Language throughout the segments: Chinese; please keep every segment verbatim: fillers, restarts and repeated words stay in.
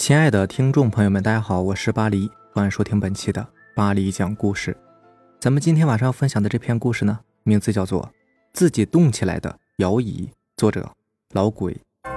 亲爱的听众朋友们，大家好，我是巴黎，欢迎收听本期的巴黎讲故事。咱们今天晚上要分享的这篇故事呢，名字叫做自己动起来的摇椅，作者老鬼。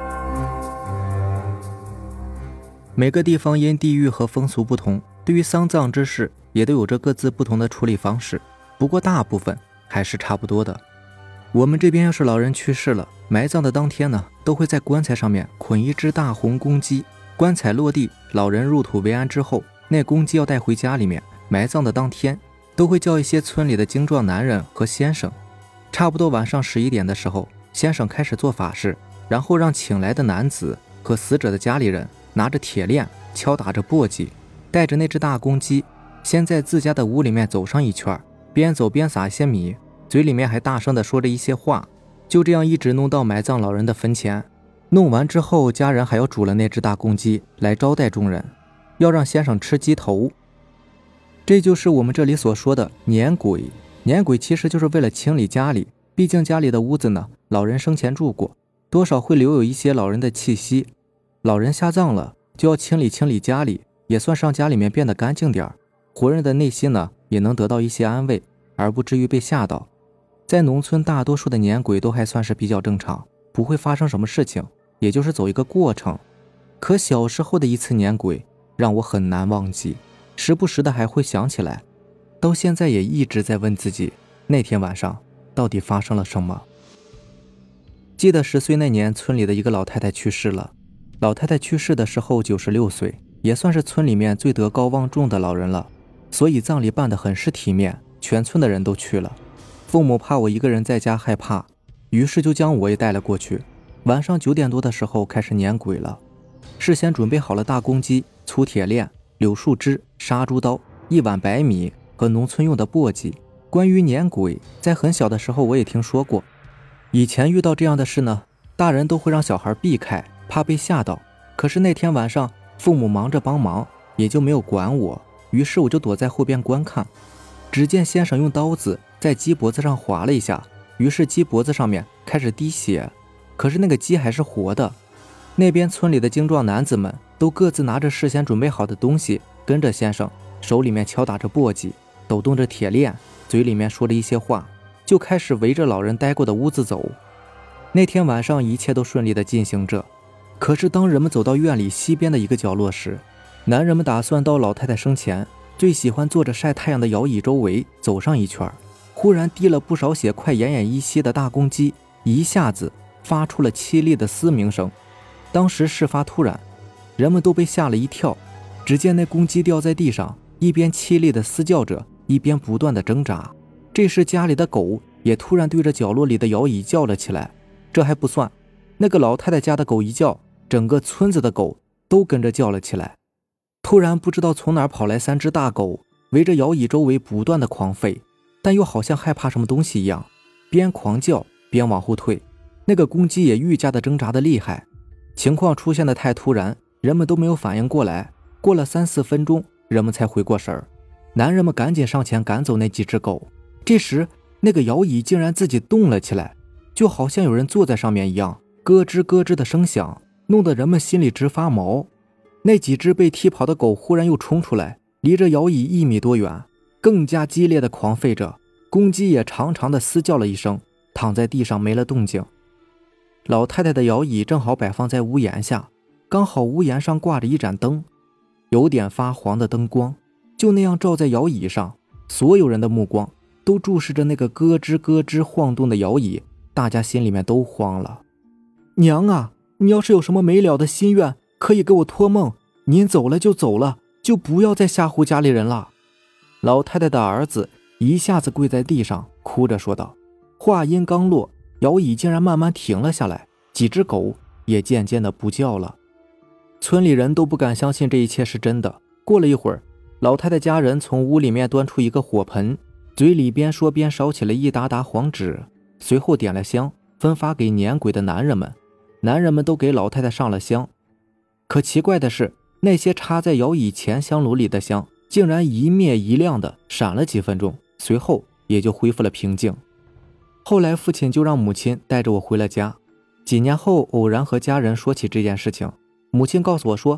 每个地方因地域和风俗不同，对于丧葬之事也都有着各自不同的处理方式，不过大部分还是差不多的。我们这边要是老人去世了，埋葬的当天呢，都会在棺材上面捆一只大红公鸡，棺材落地，老人入土为安之后，那公鸡要带回家里面，埋葬的当天都会叫一些村里的精壮男人和先生。差不多晚上十一点的时候，先生开始做法事，然后让请来的男子和死者的家里人拿着铁链，敲打着簸箕，带着那只大公鸡，先在自家的屋里面走上一圈，边走边撒一些米，嘴里面还大声地说着一些话，就这样一直弄到埋葬老人的坟前。弄完之后，家人还要煮了那只大公鸡来招待众人，要让先生吃鸡头。这就是我们这里所说的撵鬼。撵鬼其实就是为了清理家里，毕竟家里的屋子呢，老人生前住过，多少会留有一些老人的气息。老人下葬了，就要清理清理家里，也算是让家里面变得干净点，活人的内心呢也能得到一些安慰，而不至于被吓到。在农村，大多数的撵鬼都还算是比较正常，不会发生什么事情，也就是走一个过程。可小时候的一次撵鬼让我很难忘记，时不时的还会想起来，到现在也一直在问自己，那天晚上到底发生了什么。记得十岁那年，村里的一个老太太去世了。老太太去世的时候九十六岁，也算是村里面最德高望重的老人了，所以葬礼办得很是体面，全村的人都去了。父母怕我一个人在家害怕，于是就将我也带了过去。晚上九点多的时候开始撵鬼了，事先准备好了大公鸡、粗铁链、柳树枝、杀猪刀、一碗白米和农村用的簸箕。关于撵鬼，在很小的时候我也听说过，以前遇到这样的事呢，大人都会让小孩避开，怕被吓到。可是那天晚上父母忙着帮忙，也就没有管我，于是我就躲在后边观看。只见先生用刀子在鸡脖子上划了一下，于是鸡脖子上面开始滴血，可是那个鸡还是活的。那边村里的精壮男子们都各自拿着事先准备好的东西，跟着先生，手里面敲打着簸箕，抖动着铁链，嘴里面说了一些话，就开始围着老人待过的屋子走。那天晚上一切都顺利地进行着，可是当人们走到院里西边的一个角落时，男人们打算到老太太生前最喜欢坐着晒太阳的摇椅周围走上一圈，忽然滴了不少血快奄奄一息的大公鸡一下子发出了凄厉的嘶鸣声。当时事发突然，人们都被吓了一跳，只见那公鸡掉在地上，一边凄厉地嘶叫着，一边不断地挣扎。这时家里的狗也突然对着角落里的摇椅叫了起来。这还不算，那个老太太家的狗一叫，整个村子的狗都跟着叫了起来。突然不知道从哪儿跑来三只大狗，围着摇椅周围不断的狂吠，但又好像害怕什么东西一样，边狂叫边往后退。那个公鸡也愈加的挣扎的厉害，情况出现的太突然，人们都没有反应过来。过了三四分钟，人们才回过神儿，男人们赶紧上前赶走那几只狗。这时那个摇椅竟然自己动了起来，就好像有人坐在上面一样，咯吱咯吱的声响，弄得人们心里直发毛。那几只被踢跑的狗忽然又冲出来，离着摇椅一米多远，更加激烈的狂吠着。公鸡也长长的嘶叫了一声，躺在地上没了动静。老太太的摇椅正好摆放在屋檐下，刚好屋檐上挂着一盏灯，有点发黄的灯光就那样照在摇椅上，所有人的目光都注视着那个咯吱咯吱晃动的摇椅，大家心里面都慌了。娘啊，你要是有什么没了的心愿，可以给我托梦，您走了就走了，就不要再吓唬家里人了。老太太的儿子一下子跪在地上，哭着说道。话音刚落，摇椅竟然慢慢停了下来，几只狗也渐渐的不叫了。村里人都不敢相信这一切是真的。过了一会儿，老太太家人从屋里面端出一个火盆，嘴里边说边烧起了一沓沓黄纸，随后点了香，分发给撵鬼的男人们。男人们都给老太太上了香，可奇怪的是，那些插在摇椅前香炉里的香竟然一灭一亮的闪了几分钟，随后也就恢复了平静。后来父亲就让母亲带着我回了家。几年后偶然和家人说起这件事情，母亲告诉我说，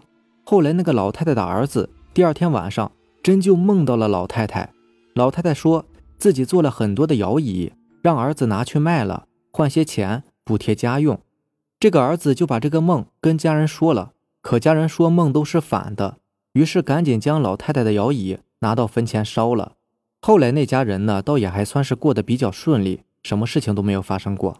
后来那个老太太的儿子第二天晚上真就梦到了老太太，老太太说自己做了很多的摇椅，让儿子拿去卖了，换些钱补贴家用。这个儿子就把这个梦跟家人说了，可家人说梦都是反的，于是赶紧将老太太的摇椅拿到坟前烧了。后来那家人呢，倒也还算是过得比较顺利，什么事情都没有发生过。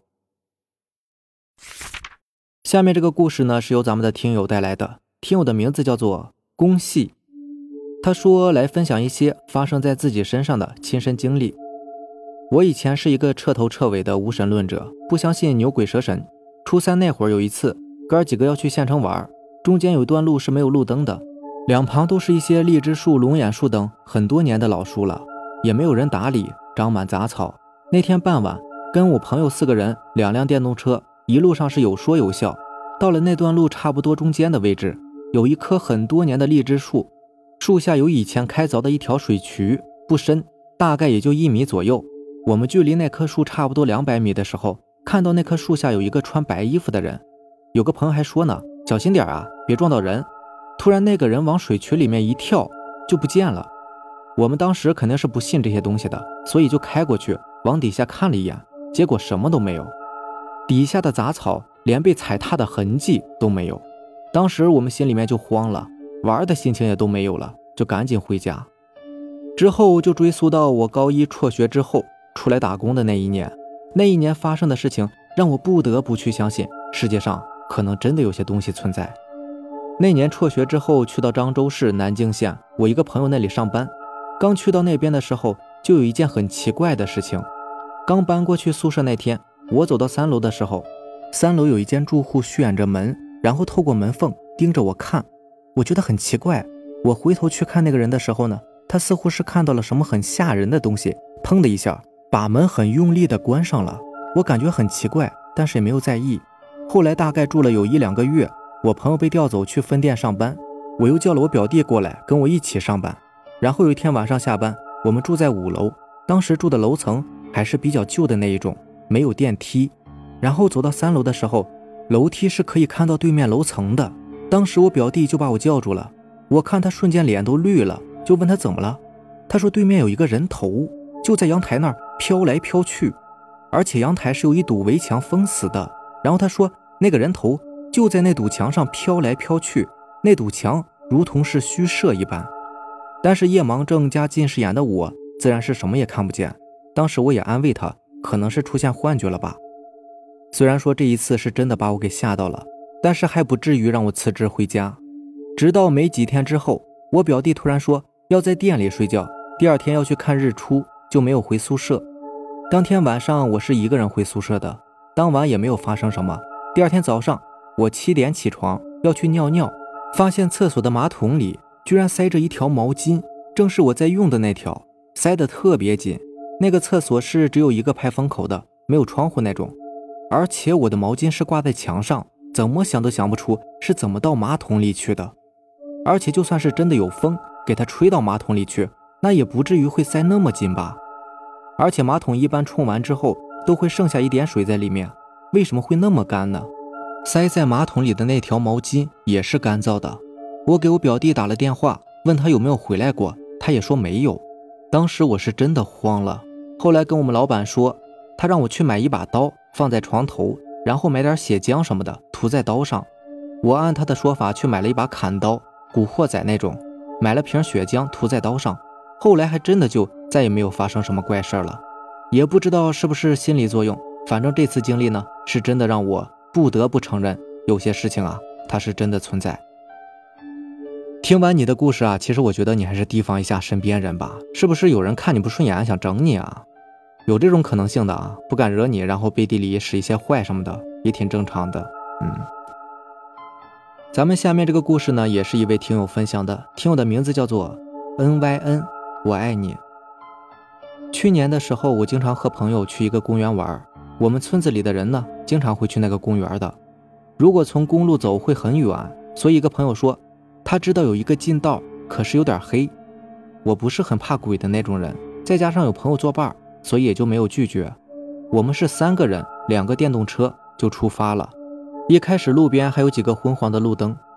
下面这个故事呢，是由咱们的听友带来的，听友的名字叫做宫戏。他说来分享一些发生在自己身上的亲身经历。我以前是一个彻头彻尾的无神论者，不相信牛鬼蛇神。初三那会儿有一次，哥儿几个要去县城玩，中间有一段路是没有路灯的，两旁都是一些荔枝树、龙眼树等很多年的老树了，也没有人打理，长满杂草。那天傍晚，跟我朋友四个人，两辆电动车，一路上是有说有笑。到了那段路差不多中间的位置，有一棵很多年的荔枝树，树下有以前开凿的一条水渠，不深，大概也就一米左右。我们距离那棵树差不多两百米的时候，看到那棵树下有一个穿白衣服的人，有个朋友还说呢，小心点啊，别撞到人。突然那个人往水渠里面一跳就不见了。我们当时肯定是不信这些东西的，所以就开过去往底下看了一眼，结果什么都没有，底下的杂草连被踩踏的痕迹都没有。当时我们心里面就慌了，玩的心情也都没有了，就赶紧回家。之后就追溯到我高一辍学之后出来打工的那一年，那一年发生的事情让我不得不去相信世界上可能真的有些东西存在。那年辍学之后去到漳州市南靖县我一个朋友那里上班，刚去到那边的时候就有一件很奇怪的事情。刚搬过去宿舍那天，我走到三楼的时候，三楼有一间住户虚掩着门，然后透过门缝盯着我看，我觉得很奇怪。我回头去看那个人的时候呢，他似乎是看到了什么很吓人的东西，砰的一下把门很用力的关上了。我感觉很奇怪，但是也没有在意。后来大概住了有一两个月，我朋友被调走去分店上班，我又叫了我表弟过来跟我一起上班。然后有一天晚上下班，我们住在五楼，当时住的楼层还是比较旧的那一种，没有电梯。然后走到三楼的时候，楼梯是可以看到对面楼层的。当时我表弟就把我叫住了，我看他瞬间脸都绿了，就问他怎么了。他说对面有一个人头就在阳台那儿飘来飘去，而且阳台是有一堵围墙封死的。然后他说那个人头就在那堵墙上飘来飘去，那堵墙如同是虚设一般。但是夜盲症加近视眼的我自然是什么也看不见，当时我也安慰他可能是出现幻觉了吧。虽然说这一次是真的把我给吓到了，但是还不至于让我辞职回家。直到没几天之后，我表弟突然说要在店里睡觉，第二天要去看日出，就没有回宿舍。当天晚上我是一个人回宿舍的，当晚也没有发生什么。第二天早上我七点起床要去尿尿，发现厕所的马桶里居然塞着一条毛巾，正是我在用的那条，塞得特别紧。那个厕所是只有一个排风口的，没有窗户那种，而且我的毛巾是挂在墙上，怎么想都想不出是怎么到马桶里去的。而且就算是真的有风给它吹到马桶里去，那也不至于会塞那么紧吧。而且马桶一般冲完之后都会剩下一点水在里面，为什么会那么干呢？塞在马桶里的那条毛巾也是干燥的。我给我表弟打了电话，问他有没有回来过，他也说没有。当时我是真的慌了，后来跟我们老板说，他让我去买一把刀放在床头，然后买点血浆什么的涂在刀上。我按他的说法去买了一把砍刀，古惑仔那种，买了瓶血浆涂在刀上。后来还真的就再也没有发生什么怪事了，也不知道是不是心理作用，反正这次经历呢，是真的让我不得不承认，有些事情啊，它是真的存在。听完你的故事啊，其实我觉得你还是提防一下身边人吧，是不是有人看你不顺眼想整你啊？有这种可能性的啊，不敢惹你，然后背地里使一些坏什么的，也挺正常的。嗯，咱们下面这个故事呢，也是一位听友分享的，听友的名字叫做 N Y N， 我爱你。去年的时候，我经常和朋友去一个公园玩，我们村子里的人呢，经常会去那个公园的。如果从公路走会很远，所以一个朋友说他知道有一个近道，可是有点黑。我不是很怕鬼的那种人，再加上有朋友作伴，所以也就没有拒绝。我们是三个人，两个电动车就出发了。一开始路边还有几个昏黄的路灯，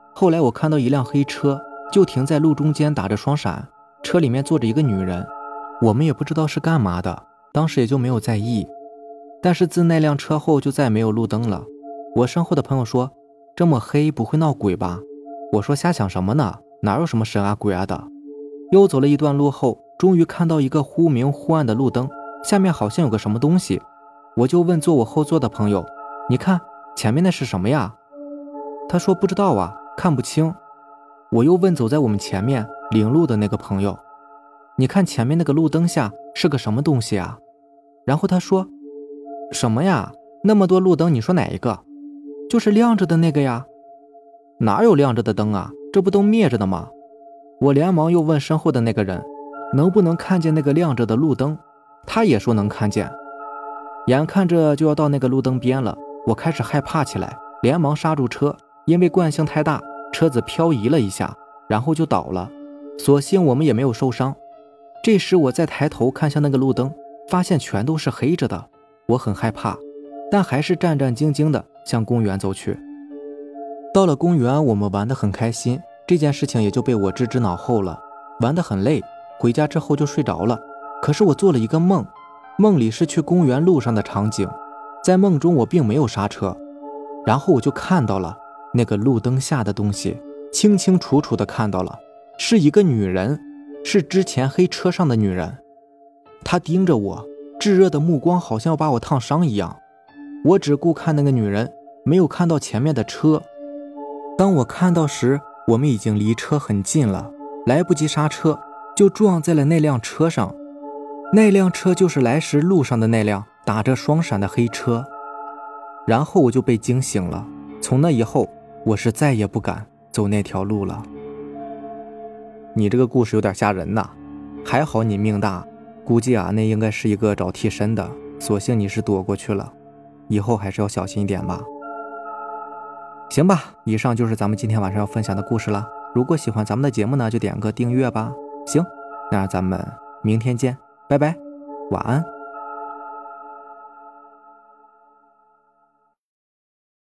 后来我看到一辆黑车就停在路中间打着双闪，车里面坐着一个女人，我们也不知道是干嘛的，当时也就没有在意。但是自那辆车后就再没有路灯了。我身后的朋友说，这么黑不会闹鬼吧？我说瞎想什么呢，哪有什么神啊鬼啊的。又走了一段路后，终于看到一个忽明忽暗的路灯，下面好像有个什么东西。我就问坐我后座的朋友，你看前面那是什么呀？他说不知道啊，看不清。我又问走在我们前面领路的那个朋友，你看前面那个路灯下是个什么东西啊？然后他说，什么呀？那么多路灯你说哪一个？就是亮着的那个呀。哪有亮着的灯啊？这不都灭着的吗？我连忙又问身后的那个人，能不能看见那个亮着的路灯？他也说能看见。眼看着就要到那个路灯边了，我开始害怕起来，连忙刹住车，因为惯性太大，车子漂移了一下，然后就倒了。所幸我们也没有受伤。这时我再抬头看向那个路灯，发现全都是黑着的，我很害怕，但还是战战兢兢地向公园走去。到了公园，我们玩得很开心，这件事情也就被我置之脑后了。玩得很累，回家之后就睡着了。可是我做了一个梦，梦里是去公园路上的场景，在梦中我并没有刹车，然后我就看到了那个路灯下的东西，清清楚楚地看到了，是一个女人，是之前黑车上的女人。她盯着我，炙热的目光好像要把我烫伤一样。我只顾看那个女人，没有看到前面的车。当我看到时，我们已经离车很近了，来不及刹车，就撞在了那辆车上。那辆车就是来时路上的那辆打着双闪的黑车。然后我就被惊醒了，从那以后，我是再也不敢走那条路了。你这个故事有点吓人呐，还好你命大，估计啊那应该是一个找替身的，所幸你是躲过去了，以后还是要小心一点吧。行吧，以上就是咱们今天晚上要分享的故事了。如果喜欢咱们的节目呢，就点个订阅吧。行，那咱们明天见，拜拜，晚安。